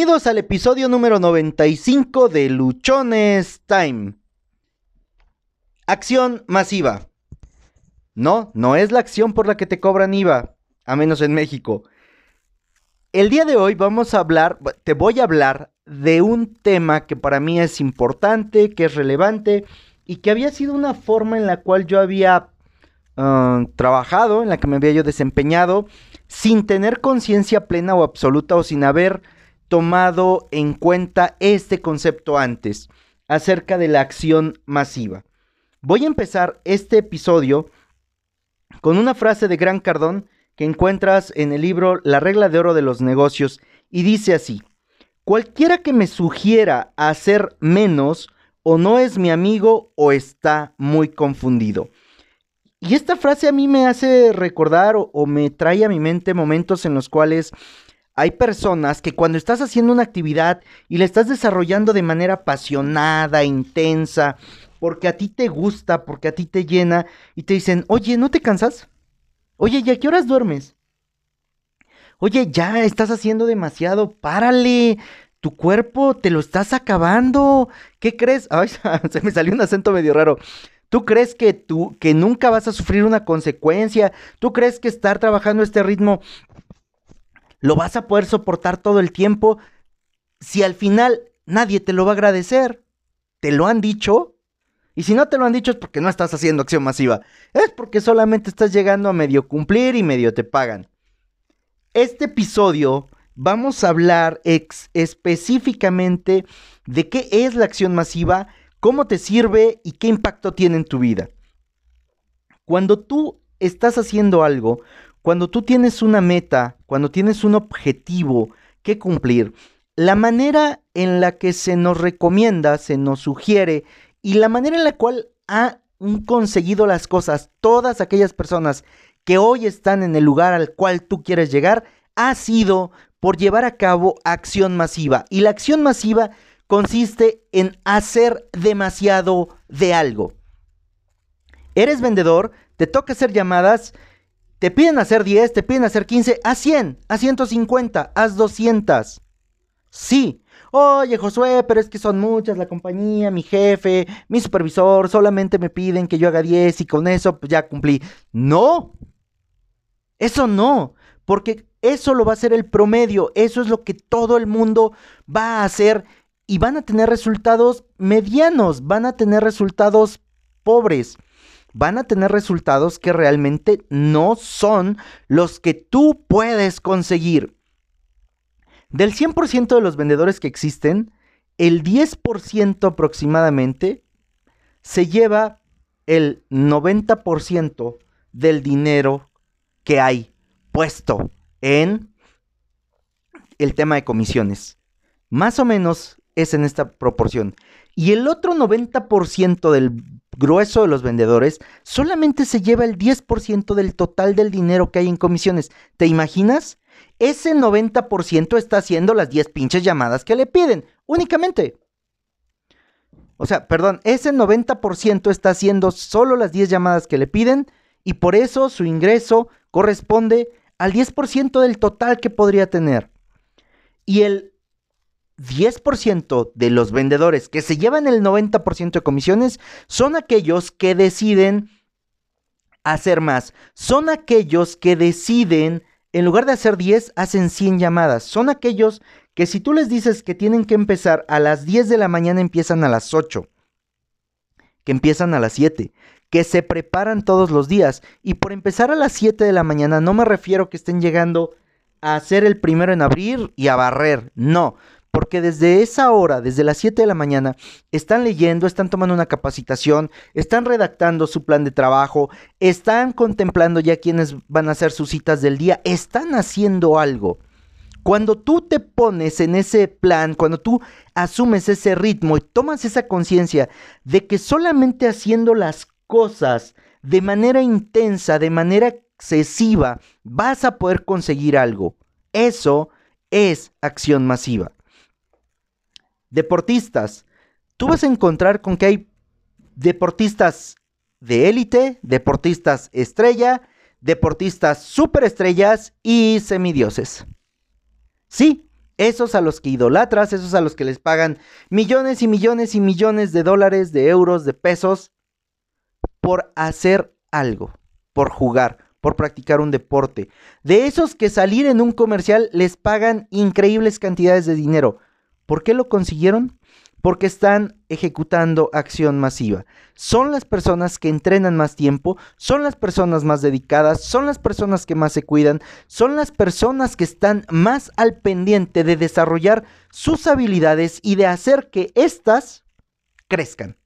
Bienvenidos al episodio número 95 de Luchones Time. Acción masiva. No es la acción por la que te cobran IVA, a menos en México. El día de hoy te voy a hablar de un tema que para mí es importante, que es relevante y que había sido una forma en la cual yo había trabajado, en la que me había yo desempeñado, sin tener conciencia plena o absoluta o sin haber tomado en cuenta este concepto antes, acerca de la acción masiva. Voy a empezar este episodio con una frase de Grant Cardone que encuentras en el libro La regla de oro de los negocios y dice así: cualquiera que me sugiera hacer menos o no es mi amigo o está muy confundido. Y esta frase a mí me hace recordar o me trae a mi mente momentos en los cuales hay personas que cuando estás haciendo una actividad y la estás desarrollando de manera apasionada, intensa, porque a ti te gusta, porque a ti te llena, y te dicen: oye, ¿no te cansas? Oye, ¿y a qué horas duermes? Oye, ya estás haciendo demasiado, párale, tu cuerpo te lo estás acabando. ¿Qué crees? Ay, se me salió un acento medio raro. ¿Tú crees que nunca vas a sufrir una consecuencia? ¿Tú crees que estar trabajando a este ritmo lo vas a poder soportar todo el tiempo? Si al final nadie te lo va a agradecer. ¿Te lo han dicho? Y si no te lo han dicho es porque no estás haciendo acción masiva. Es porque solamente estás llegando a medio cumplir y medio te pagan. Este episodio vamos a hablar específicamente de qué es la acción masiva, cómo te sirve y qué impacto tiene en tu vida. Cuando tú estás haciendo algo, cuando tú tienes una meta, cuando tienes un objetivo que cumplir, la manera en la que se nos recomienda, se nos sugiere y la manera en la cual han conseguido las cosas todas aquellas personas que hoy están en el lugar al cual tú quieres llegar, ha sido por llevar a cabo acción masiva. Y la acción masiva consiste en hacer demasiado de algo. Eres vendedor, te toca hacer llamadas, te piden hacer 10, te piden hacer 15, haz 100, haz 150, haz 200. Sí. Oye, Josué, pero es que son muchas, la compañía, mi jefe, mi supervisor, solamente me piden que yo haga 10 y con eso pues ya cumplí. No, eso no, porque eso lo va a hacer el promedio, eso es lo que todo el mundo va a hacer y van a tener resultados medianos, van a tener resultados pobres, van a tener resultados que realmente no son los que tú puedes conseguir. Del 100% de los vendedores que existen, el 10% aproximadamente se lleva el 90% del dinero que hay puesto en el tema de comisiones. Más o menos es en esta proporción. Y el otro 90% del grueso de los vendedores solamente se lleva el 10% del total del dinero que hay en comisiones. ¿Te imaginas? Ese 90% está haciendo las 10 pinches llamadas que le piden, únicamente. O sea, perdón, ese 90% está haciendo solo las 10 llamadas que le piden y por eso su ingreso corresponde al 10% del total que podría tener. Y el 10% de los vendedores que se llevan el 90% de comisiones son aquellos que deciden hacer más. Son aquellos que deciden, en lugar de hacer 10, hacen 100 llamadas. Son aquellos que si tú les dices que tienen que empezar a las 10 de la mañana, empiezan a las 8. Que empiezan a las 7. Que se preparan todos los días. Y por empezar a las 7 de la mañana, no me refiero que estén llegando a ser el primero en abrir y a barrer. No. Porque desde esa hora, desde las 7 de la mañana, están leyendo, están tomando una capacitación, están redactando su plan de trabajo, están contemplando ya quiénes van a hacer sus citas del día, están haciendo algo. Cuando tú te pones en ese plan, cuando tú asumes ese ritmo y tomas esa conciencia de que solamente haciendo las cosas de manera intensa, de manera excesiva, vas a poder conseguir algo. Eso es acción masiva. Deportistas. Tú vas a encontrar con que hay deportistas de élite, deportistas estrella, deportistas superestrellas y semidioses. Sí, Esos a los que idolatras, esos a los que les pagan millones y millones y millones de dólares, de euros, de pesos, por hacer algo, por jugar, por practicar un deporte. De esos que salir en un comercial les pagan increíbles cantidades de dinero. ¿Por qué lo consiguieron? Porque están ejecutando acción masiva. Son las personas que entrenan más tiempo, son las personas más dedicadas, son las personas que más se cuidan, son las personas que están más al pendiente de desarrollar sus habilidades y de hacer que éstas crezcan.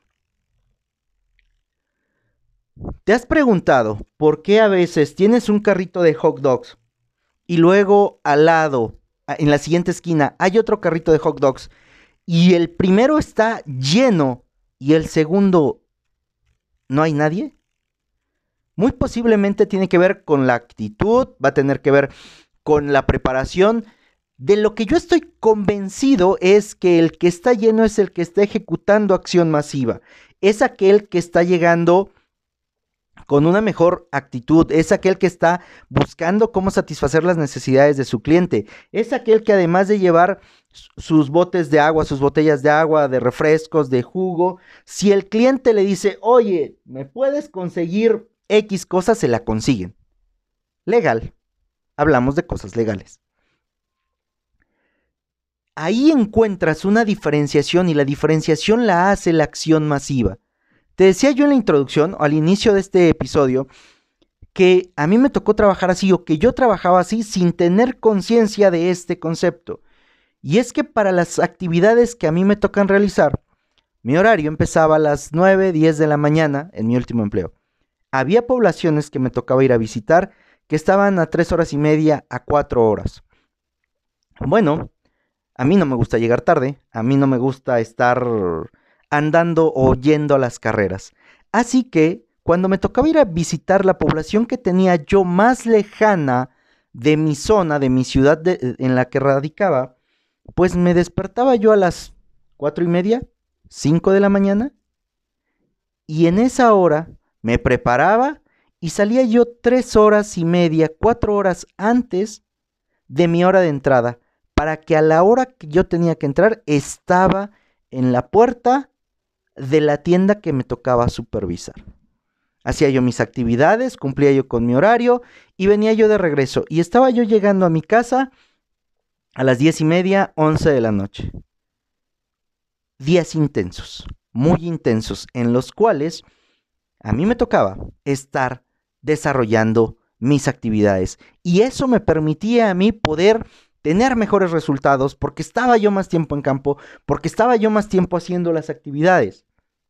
¿Te has preguntado por qué a veces tienes un carrito de hot dogs y luego al lado, en la siguiente esquina, hay otro carrito de hot dogs y el primero está lleno y el segundo no hay nadie? Muy posiblemente tiene que ver con la actitud, va a tener que ver con la preparación. De lo que yo estoy convencido es que el que está lleno es el que está ejecutando acción masiva. Es aquel que está llegando con una mejor actitud, es aquel que está buscando cómo satisfacer las necesidades de su cliente, es aquel que además de llevar sus botes de agua, sus botellas de agua, de refrescos, de jugo, si el cliente le dice, oye, ¿me puedes conseguir X cosas? Se la consiguen. Legal. Hablamos de cosas legales. Ahí encuentras una diferenciación y la diferenciación la hace la acción masiva. Te decía yo en la introducción, o al inicio de este episodio, que a mí me tocó trabajar así, o que yo trabajaba así sin tener conciencia de este concepto. Y es que para las actividades que a mí me tocan realizar, mi horario empezaba a las 9, 10 de la mañana en mi último empleo. Había poblaciones que me tocaba ir a visitar que estaban a 3 horas y media a 4 horas. Bueno, a mí no me gusta llegar tarde, a mí no me gusta estar andando o yendo a las carreras. Así que cuando me tocaba ir a visitar la población que tenía yo más lejana de mi zona, de mi ciudad en la que radicaba, pues me despertaba yo a las 4 y media, 5 de la mañana, y en esa hora me preparaba y salía yo 3 horas y media, 4 horas antes de mi hora de entrada, para que a la hora que yo tenía que entrar estaba en la puerta de la tienda que me tocaba supervisar. Hacía yo mis actividades, cumplía yo con mi horario y venía yo de regreso. Y estaba yo llegando a mi casa a las 10 y media, 11 de la noche. Días intensos, muy intensos, en los cuales a mí me tocaba estar desarrollando mis actividades. Y eso me permitía a mí poder tener mejores resultados porque estaba yo más tiempo en campo, porque estaba yo más tiempo haciendo las actividades.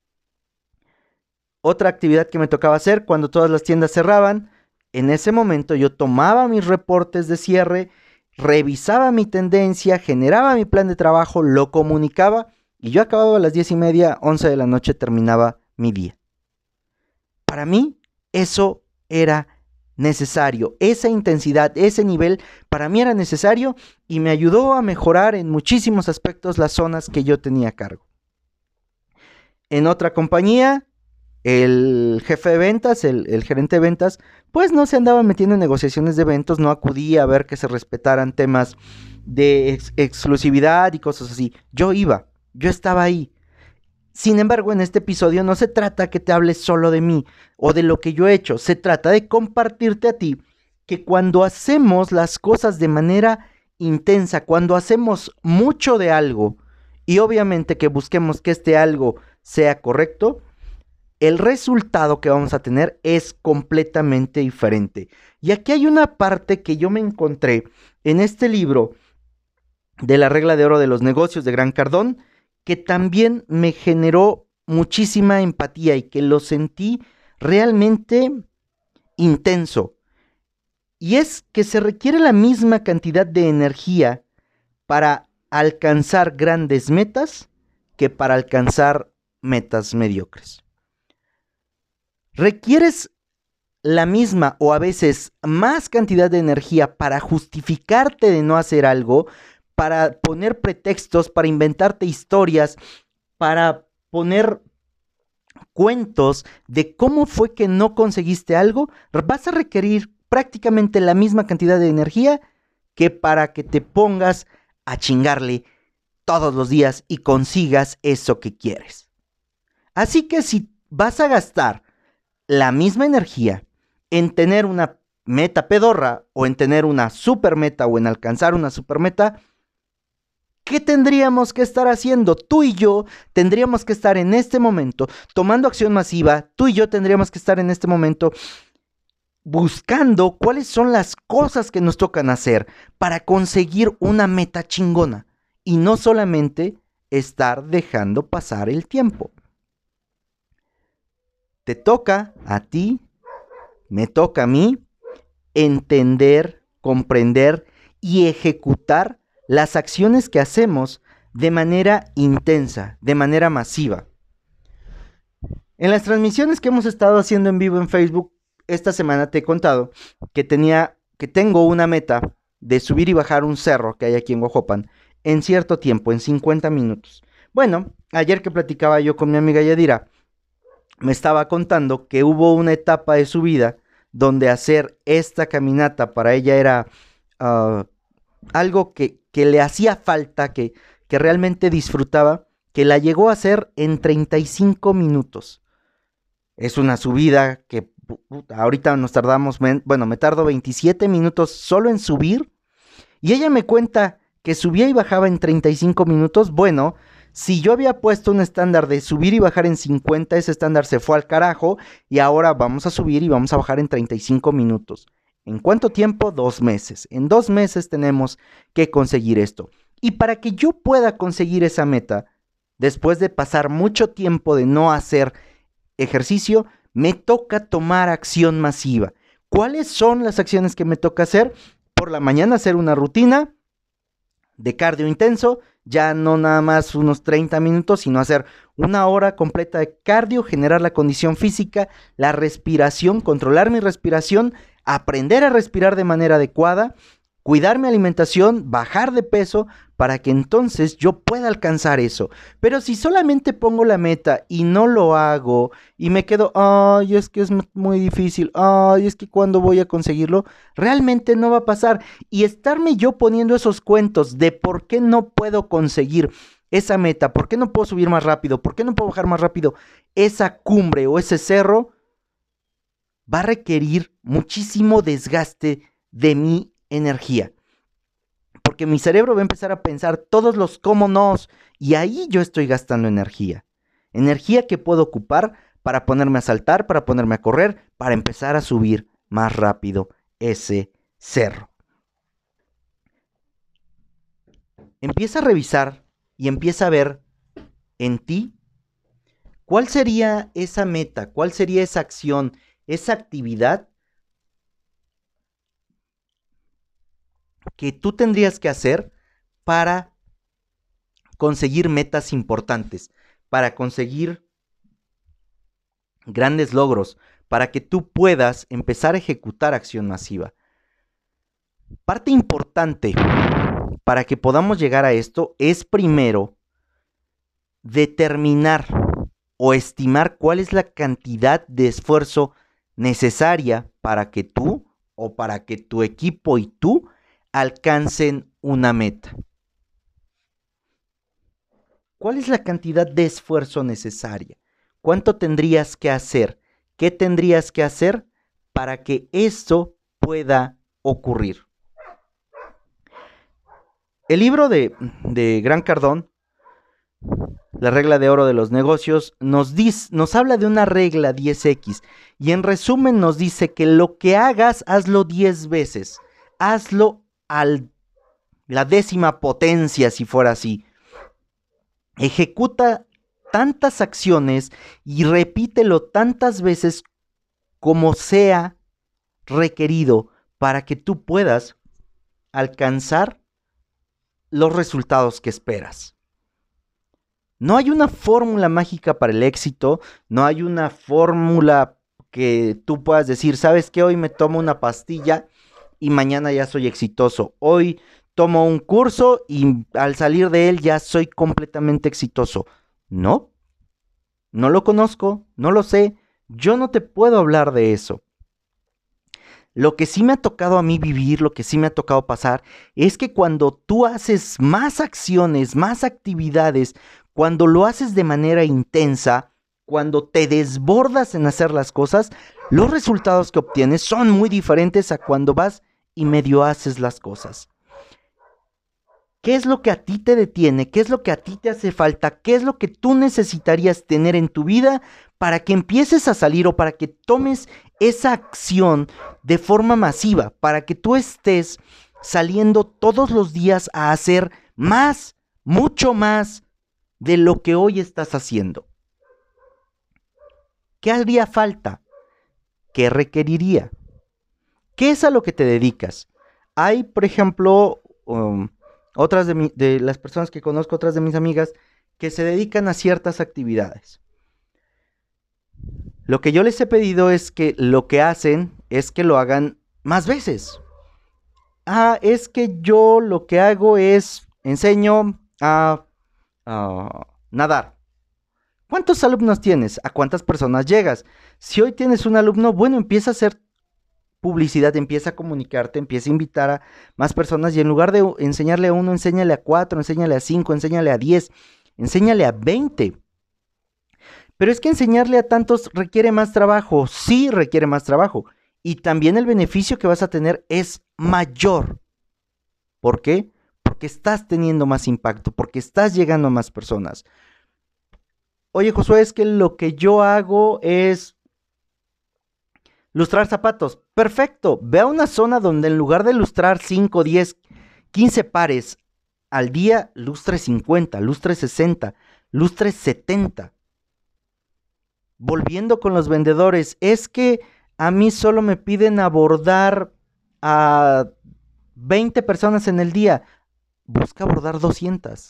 Otra actividad que me tocaba hacer cuando todas las tiendas cerraban, en ese momento yo tomaba mis reportes de cierre, revisaba mi tendencia, generaba mi plan de trabajo, lo comunicaba y yo acababa a las 10 y media, 11 de la noche, terminaba mi día. Para mí eso era necesario, esa intensidad, ese nivel, para mí era necesario y me ayudó a mejorar en muchísimos aspectos las zonas que yo tenía a cargo. En otra compañía, el jefe de ventas, el gerente de ventas, pues no se andaba metiendo en negociaciones de eventos, no acudía a ver que se respetaran temas de exclusividad y cosas así. Yo iba, yo estaba ahí. Sin embargo, en este episodio no se trata que te hables solo de mí o de lo que yo he hecho, se trata de compartirte a ti que cuando hacemos las cosas de manera intensa, cuando hacemos mucho de algo y obviamente que busquemos que este algo sea correcto, el resultado que vamos a tener es completamente diferente. Y aquí hay una parte que yo me encontré en este libro de la regla de oro de los negocios de Grant Cardone, que también me generó muchísima empatía y que lo sentí realmente intenso. Y es que se requiere la misma cantidad de energía para alcanzar grandes metas que para alcanzar metas mediocres. Requieres la misma o a veces más cantidad de energía para justificarte de no hacer algo, para poner pretextos, para inventarte historias, para poner cuentos de cómo fue que no conseguiste algo. Vas a requerir prácticamente la misma cantidad de energía que para que te pongas a chingarle todos los días y consigas eso que quieres. Así que si vas a gastar la misma energía en tener una meta pedorra o en tener una super meta o en alcanzar una super meta, ¿qué tendríamos que estar haciendo? Tú y yo tendríamos que estar en este momento tomando acción masiva. Tú y yo tendríamos que estar en este momento buscando cuáles son las cosas que nos tocan hacer para conseguir una meta chingona y no solamente estar dejando pasar el tiempo. Te toca a ti, me toca a mí entender, comprender y ejecutar las acciones que hacemos de manera intensa, de manera masiva. En las transmisiones que hemos estado haciendo en vivo en Facebook, esta semana te he contado que tengo una meta de subir y bajar un cerro que hay aquí en Huajuapan en cierto tiempo, en 50 minutos. Bueno, ayer que platicaba yo con mi amiga Yadira, me estaba contando que hubo una etapa de su vida donde hacer esta caminata para ella era algo que le hacía falta, que realmente disfrutaba, que la llegó a hacer en 35 minutos. Es una subida que ahorita nos tardamos, me tardo 27 minutos solo en subir, y ella me cuenta que subía y bajaba en 35 minutos. Bueno, si yo había puesto un estándar de subir y bajar en 50, ese estándar se fue al carajo y ahora vamos a subir y vamos a bajar en 35 minutos. ¿En cuánto tiempo? 2 meses. En 2 meses tenemos que conseguir esto. Y para que yo pueda conseguir esa meta, después de pasar mucho tiempo de no hacer ejercicio, me toca tomar acción masiva. ¿Cuáles son las acciones que me toca hacer? Por la mañana hacer una rutina de cardio intenso, ya no nada más unos 30 minutos, sino hacer 1 hora completa de cardio, generar la condición física, la respiración, controlar mi respiración, aprender a respirar de manera adecuada, cuidar mi alimentación, bajar de peso, para que entonces yo pueda alcanzar eso. Pero si solamente pongo la meta y no lo hago y me quedo, ay, es que es muy difícil, ay, es que cuando voy a conseguirlo, realmente no va a pasar. Y estarme yo poniendo esos cuentos de por qué no puedo conseguir esa meta, por qué no puedo subir más rápido, por qué no puedo bajar más rápido esa cumbre o ese cerro, va a requerir muchísimo desgaste de mi energía. Porque mi cerebro va a empezar a pensar todos los cómo nos, y ahí yo estoy gastando energía. Energía que puedo ocupar para ponerme a saltar, para ponerme a correr, para empezar a subir más rápido ese cerro. Empieza a revisar y empieza a ver en ti cuál sería esa meta, cuál sería esa acción, esa actividad que tú tendrías que hacer para conseguir metas importantes, para conseguir grandes logros, para que tú puedas empezar a ejecutar acción masiva. Parte importante para que podamos llegar a esto es primero determinar o estimar cuál es la cantidad de esfuerzo necesaria para que tú o para que tu equipo y tú alcancen una meta. ¿Cuál es la cantidad de esfuerzo necesaria? ¿Cuánto tendrías que hacer? ¿Qué tendrías que hacer para que esto pueda ocurrir? El libro de Grant Cardone, La regla de oro de los negocios, nos habla de una regla 10X y en resumen nos dice que lo que hagas, hazlo 10 veces. Hazlo a la 10ª potencia, si fuera así. Ejecuta tantas acciones y repítelo tantas veces como sea requerido para que tú puedas alcanzar los resultados que esperas. No hay una fórmula mágica para el éxito, no hay una fórmula que tú puedas decir, ¿sabes qué? Hoy me tomo una pastilla y mañana ya soy exitoso. Hoy tomo un curso y al salir de él ya soy completamente exitoso. No lo conozco, no lo sé, yo no te puedo hablar de eso. Lo que sí me ha tocado a mí vivir, lo que sí me ha tocado pasar, es que cuando tú haces más acciones, más actividades, cuando lo haces de manera intensa, cuando te desbordas en hacer las cosas, los resultados que obtienes son muy diferentes a cuando vas y medio haces las cosas. ¿Qué es lo que a ti te detiene? ¿Qué es lo que a ti te hace falta? ¿Qué es lo que tú necesitarías tener en tu vida para que empieces a salir o para que tomes esa acción de forma masiva? Para que tú estés saliendo todos los días a hacer más, mucho más de lo que hoy estás haciendo. ¿Qué haría falta? ¿Qué requeriría? ¿Qué es a lo que te dedicas? Hay, por ejemplo, otras de las personas que conozco, otras de mis amigas, que se dedican a ciertas actividades. Lo que yo les he pedido es que lo que hacen es que lo hagan más veces. Es que yo lo que hago es enseño a nadar. ¿Cuántos alumnos tienes? ¿A cuántas personas llegas? Si hoy tienes un alumno, bueno, empieza a hacer publicidad, empieza a comunicarte, empieza a invitar a más personas y en lugar de enseñarle a uno, enséñale a 4, enséñale a 5, enséñale a 10, enséñale a 20. Pero es que enseñarle a tantos requiere más trabajo, sí requiere más trabajo. Y también el beneficio que vas a tener es mayor. ¿Por qué? Porque estás teniendo más impacto, porque estás llegando a más personas. Oye, Josué, es que lo que yo hago es lustrar zapatos. Perfecto. Ve a una zona donde en lugar de lustrar 5, 10, 15 pares al día, lustre 50, lustre 60, lustre 70. Volviendo con los vendedores, es que a mí solo me piden abordar a 20 personas en el día. Busca abordar 200.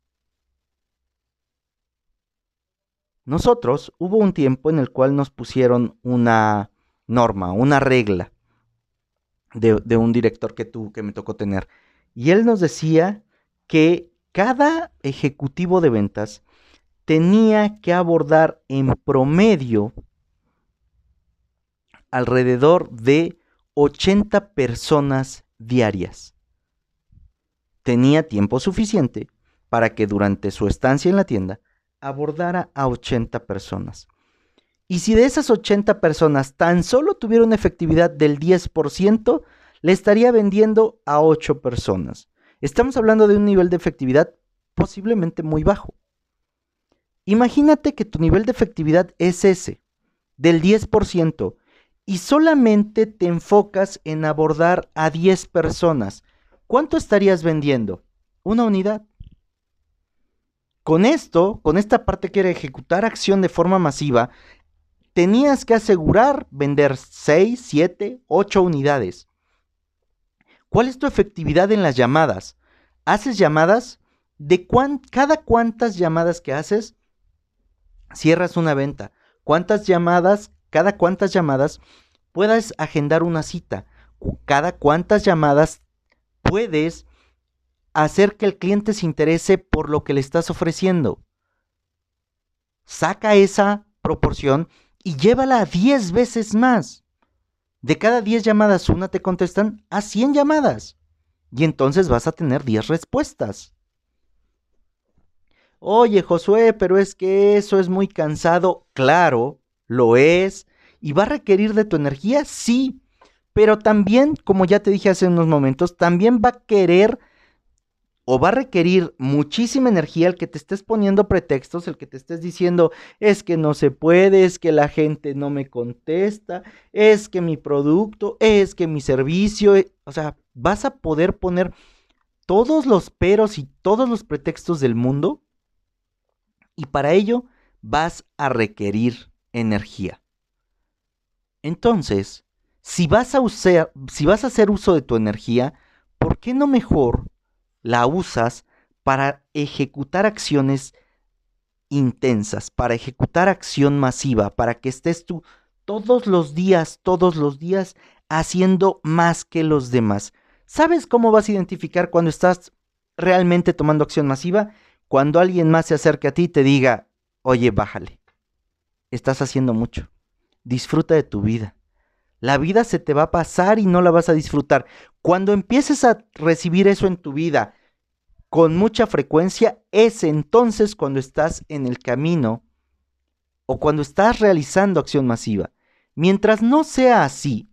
Nosotros, hubo un tiempo en el cual nos pusieron una norma, una regla de un director que me tocó tener. Y él nos decía que cada ejecutivo de ventas tenía que abordar en promedio alrededor de 80 personas diarias. Tenía tiempo suficiente para que durante su estancia en la tienda abordara a 80 personas. Y si de esas 80 personas tan solo tuviera una efectividad del 10%, le estaría vendiendo a 8 personas. Estamos hablando de un nivel de efectividad posiblemente muy bajo. Imagínate que tu nivel de efectividad es ese, del 10%, y solamente te enfocas en abordar a 10 personas. ¿Cuánto estarías vendiendo? Una unidad. Con esto, con esta parte que era ejecutar acción de forma masiva, tenías que asegurar vender 6, 7, 8 unidades. ¿Cuál es tu efectividad en las llamadas? ¿Haces llamadas? Cada cuántas llamadas que haces, cierras una venta. Cada cuántas llamadas puedes agendar una cita. Cada cuántas llamadas puedes hacer que el cliente se interese por lo que le estás ofreciendo. Saca esa proporción y llévala a 10 veces más. De cada 10 llamadas, una te contestan, a 100 llamadas. Y entonces vas a tener 10 respuestas. Oye, Josué, pero es que eso es muy cansado. Claro, lo es. ¿Y va a requerir de tu energía? Sí. Pero también, como ya te dije hace unos momentos, también va a querer o va a requerir muchísima energía el que te estés poniendo pretextos, el que te estés diciendo, es que no se puede, es que la gente no me contesta, es que mi producto, es que mi servicio, o sea, vas a poder poner todos los peros y todos los pretextos del mundo y para ello vas a requerir energía. Entonces, si vas a hacer uso de tu energía, ¿por qué no mejor la usas para ejecutar acciones intensas, para ejecutar acción masiva, para que estés tú todos los días, haciendo más que los demás? ¿Sabes cómo vas a identificar cuando estás realmente tomando acción masiva? Cuando alguien más se acerque a ti y te diga, oye, bájale, estás haciendo mucho, disfruta de tu vida, La vida se te va a pasar y no la vas a disfrutar. Cuando empieces a recibir eso en tu vida con mucha frecuencia, es entonces cuando estás en el camino o cuando estás realizando acción masiva. Mientras no sea así,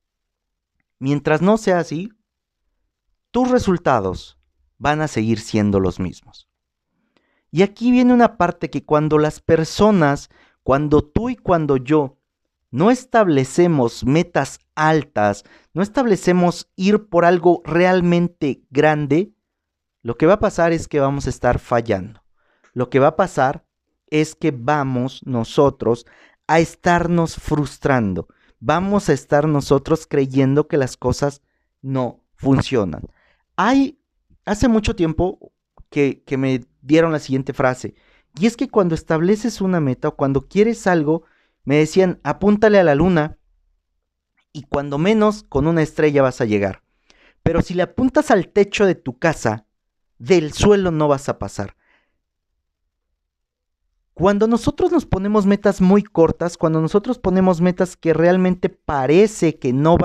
tus resultados van a seguir siendo los mismos. Y aquí viene una parte que cuando las personas, cuando tú y cuando yo, no establecemos metas altas, no establecemos ir por algo realmente grande, lo que va a pasar es que vamos a estar fallando. Lo que va a pasar es que vamos nosotros a estarnos frustrando. Vamos a estar nosotros creyendo que las cosas no funcionan. Hace mucho tiempo que me dieron la siguiente frase, y es que cuando estableces una meta o cuando quieres algo, me decían, apúntale a la luna y cuando menos con una estrella vas a llegar. Pero si le apuntas al techo de tu casa, del suelo no vas a pasar. Cuando nosotros nos ponemos metas muy cortas, cuando nosotros ponemos metas que realmente parece que no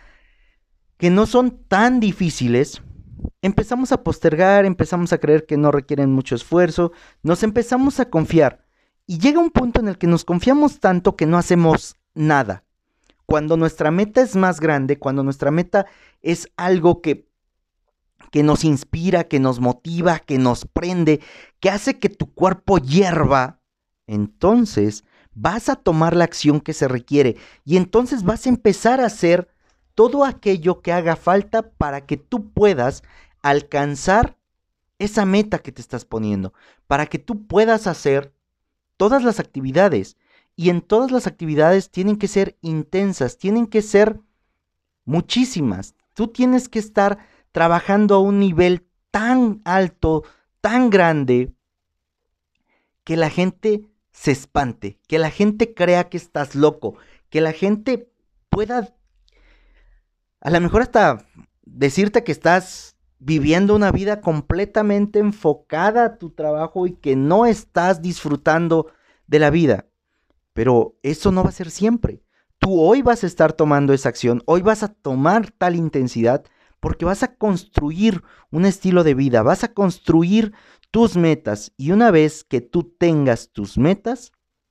son tan difíciles, empezamos a postergar, empezamos a creer que no requieren mucho esfuerzo, nos empezamos a confiar y llega un punto en el que nos confiamos tanto que no hacemos nada. Cuando nuestra meta es más grande, cuando nuestra meta es algo que nos inspira, que nos motiva, que nos prende, que hace que tu cuerpo hierva, entonces vas a tomar la acción que se requiere y entonces vas a empezar a hacer todo aquello que haga falta para que tú puedas alcanzar esa meta que te estás poniendo, para que tú puedas hacer todas las actividades. Y en todas las actividades tienen que ser intensas, tienen que ser muchísimas. Tú tienes que estar trabajando a un nivel tan alto, tan grande, que la gente se espante, que la gente crea que estás loco, que la gente pueda a lo mejor hasta decirte que estás viviendo una vida completamente enfocada a tu trabajo y que no estás disfrutando de la vida. Pero eso no va a ser siempre. Tú hoy vas a estar tomando esa acción, hoy vas a tomar tal intensidad porque vas a construir un estilo de vida, vas a construir tus metas y una vez que tú tengas tus metas,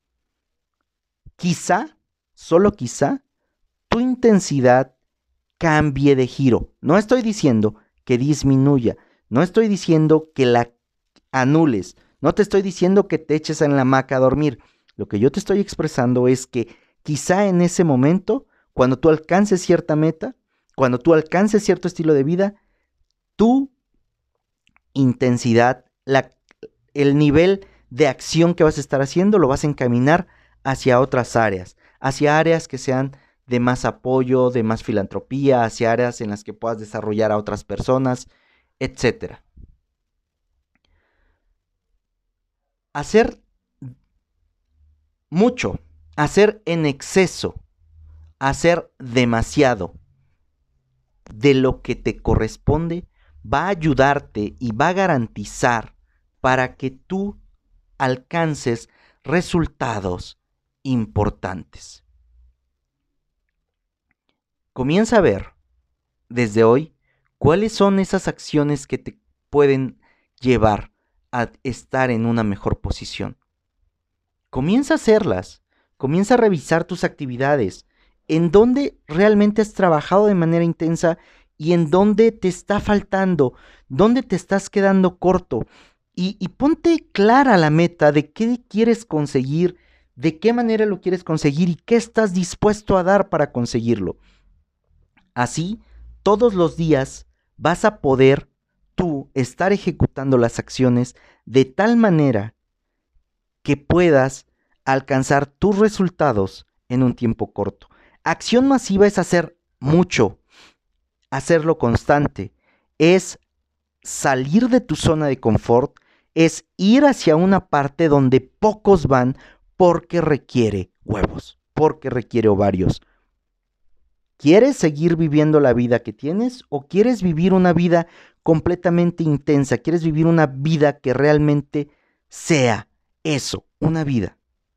quizá, solo quizá, tu intensidad cambie de giro. No estoy diciendo que disminuya, no estoy diciendo que la anules, no te estoy diciendo que te eches en la hamaca a dormir. Lo que yo te estoy expresando es que quizá en ese momento, cuando tú alcances cierta meta, cuando tú alcances cierto estilo de vida, tu intensidad, el nivel de acción que vas a estar haciendo, lo vas a encaminar hacia otras áreas, hacia áreas que sean de más apoyo, de más filantropía, hacia áreas en las que puedas desarrollar a otras personas, etc. Hacer mucho, hacer en exceso, hacer demasiado de lo que te corresponde va a ayudarte y va a garantizar para que tú alcances resultados importantes. Comienza a ver desde hoy cuáles son esas acciones que te pueden llevar a estar en una mejor posición. Comienza a hacerlas, comienza a revisar tus actividades, en dónde realmente has trabajado de manera intensa y en dónde te está faltando, dónde te estás quedando corto. Y ponte clara la meta de qué quieres conseguir, de qué manera lo quieres conseguir y qué estás dispuesto a dar para conseguirlo. Así, todos los días vas a poder tú estar ejecutando las acciones de tal manera que puedas alcanzar tus resultados en un tiempo corto. Acción masiva es hacer mucho, hacerlo constante, es salir de tu zona de confort, es ir hacia una parte donde pocos van porque requiere huevos, porque requiere ovarios. ¿Quieres seguir viviendo la vida que tienes o quieres vivir una vida completamente intensa? ¿Quieres vivir una vida que realmente sea eso, una vida?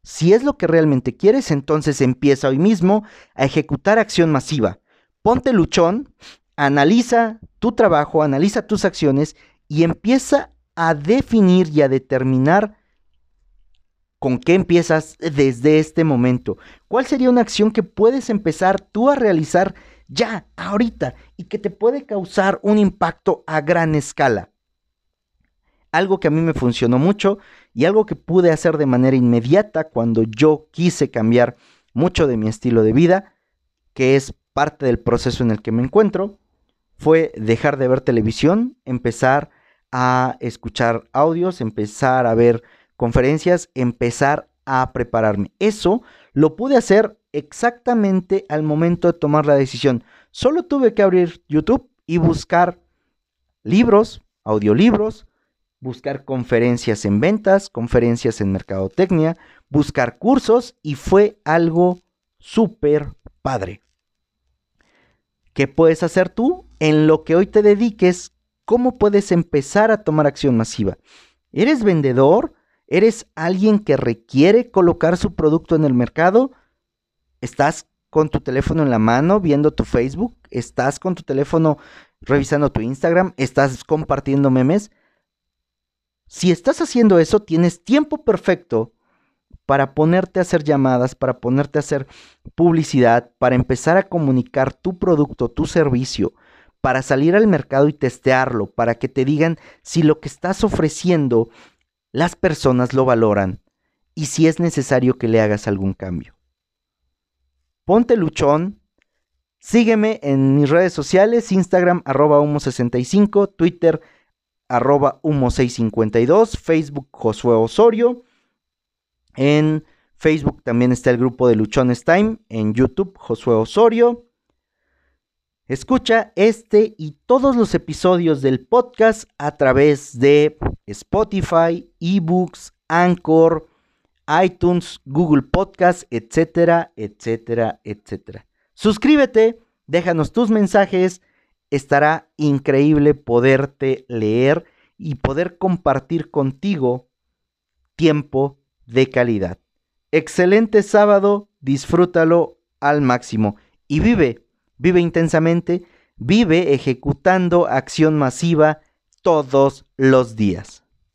Si es lo que realmente quieres, entonces empieza hoy mismo a ejecutar acción masiva. Ponte luchón, analiza tu trabajo, analiza tus acciones y empieza a definir y a determinar con qué empiezas desde este momento. ¿Cuál sería una acción que puedes empezar tú a realizar ya, ahorita, y que te puede causar un impacto a gran escala? Algo que a mí me funcionó mucho y algo que pude hacer de manera inmediata cuando yo quise cambiar mucho de mi estilo de vida, que es parte del proceso en el que me encuentro, fue dejar de ver televisión, empezar a escuchar audios, empezar a ver conferencias, empezar a prepararme. Eso lo pude hacer exactamente al momento de tomar la decisión. Solo tuve que abrir YouTube y buscar libros, audiolibros, buscar conferencias en ventas, conferencias en mercadotecnia, buscar cursos y fue algo súper padre. ¿Qué puedes hacer tú en lo que hoy te dediques? ¿Cómo puedes empezar a tomar acción masiva? ¿Eres vendedor? ¿Eres alguien que requiere colocar su producto en el mercado? ¿Estás con tu teléfono en la mano viendo tu Facebook? ¿Estás con tu teléfono revisando tu Instagram? ¿Estás compartiendo memes? Si estás haciendo eso, tienes tiempo perfecto para ponerte a hacer llamadas, para ponerte a hacer publicidad, para empezar a comunicar tu producto, tu servicio, para salir al mercado y testearlo, para que te digan si lo que estás ofreciendo las personas lo valoran y si es necesario que le hagas algún cambio. Ponte luchón, sígueme en mis redes sociales, Instagram @humo65, Twitter @humo652, Facebook Josué Osorio. En Facebook también está el grupo de Luchones Time, en YouTube Josué Osorio. Escucha este y todos los episodios del podcast a través de Spotify, eBooks, Anchor, iTunes, Google Podcast, etcétera, etcétera, etcétera. Suscríbete, déjanos tus mensajes, estará increíble poderte leer y poder compartir contigo tiempo de calidad. Excelente sábado, disfrútalo al máximo y vive intensamente, vive ejecutando acción masiva todos los días.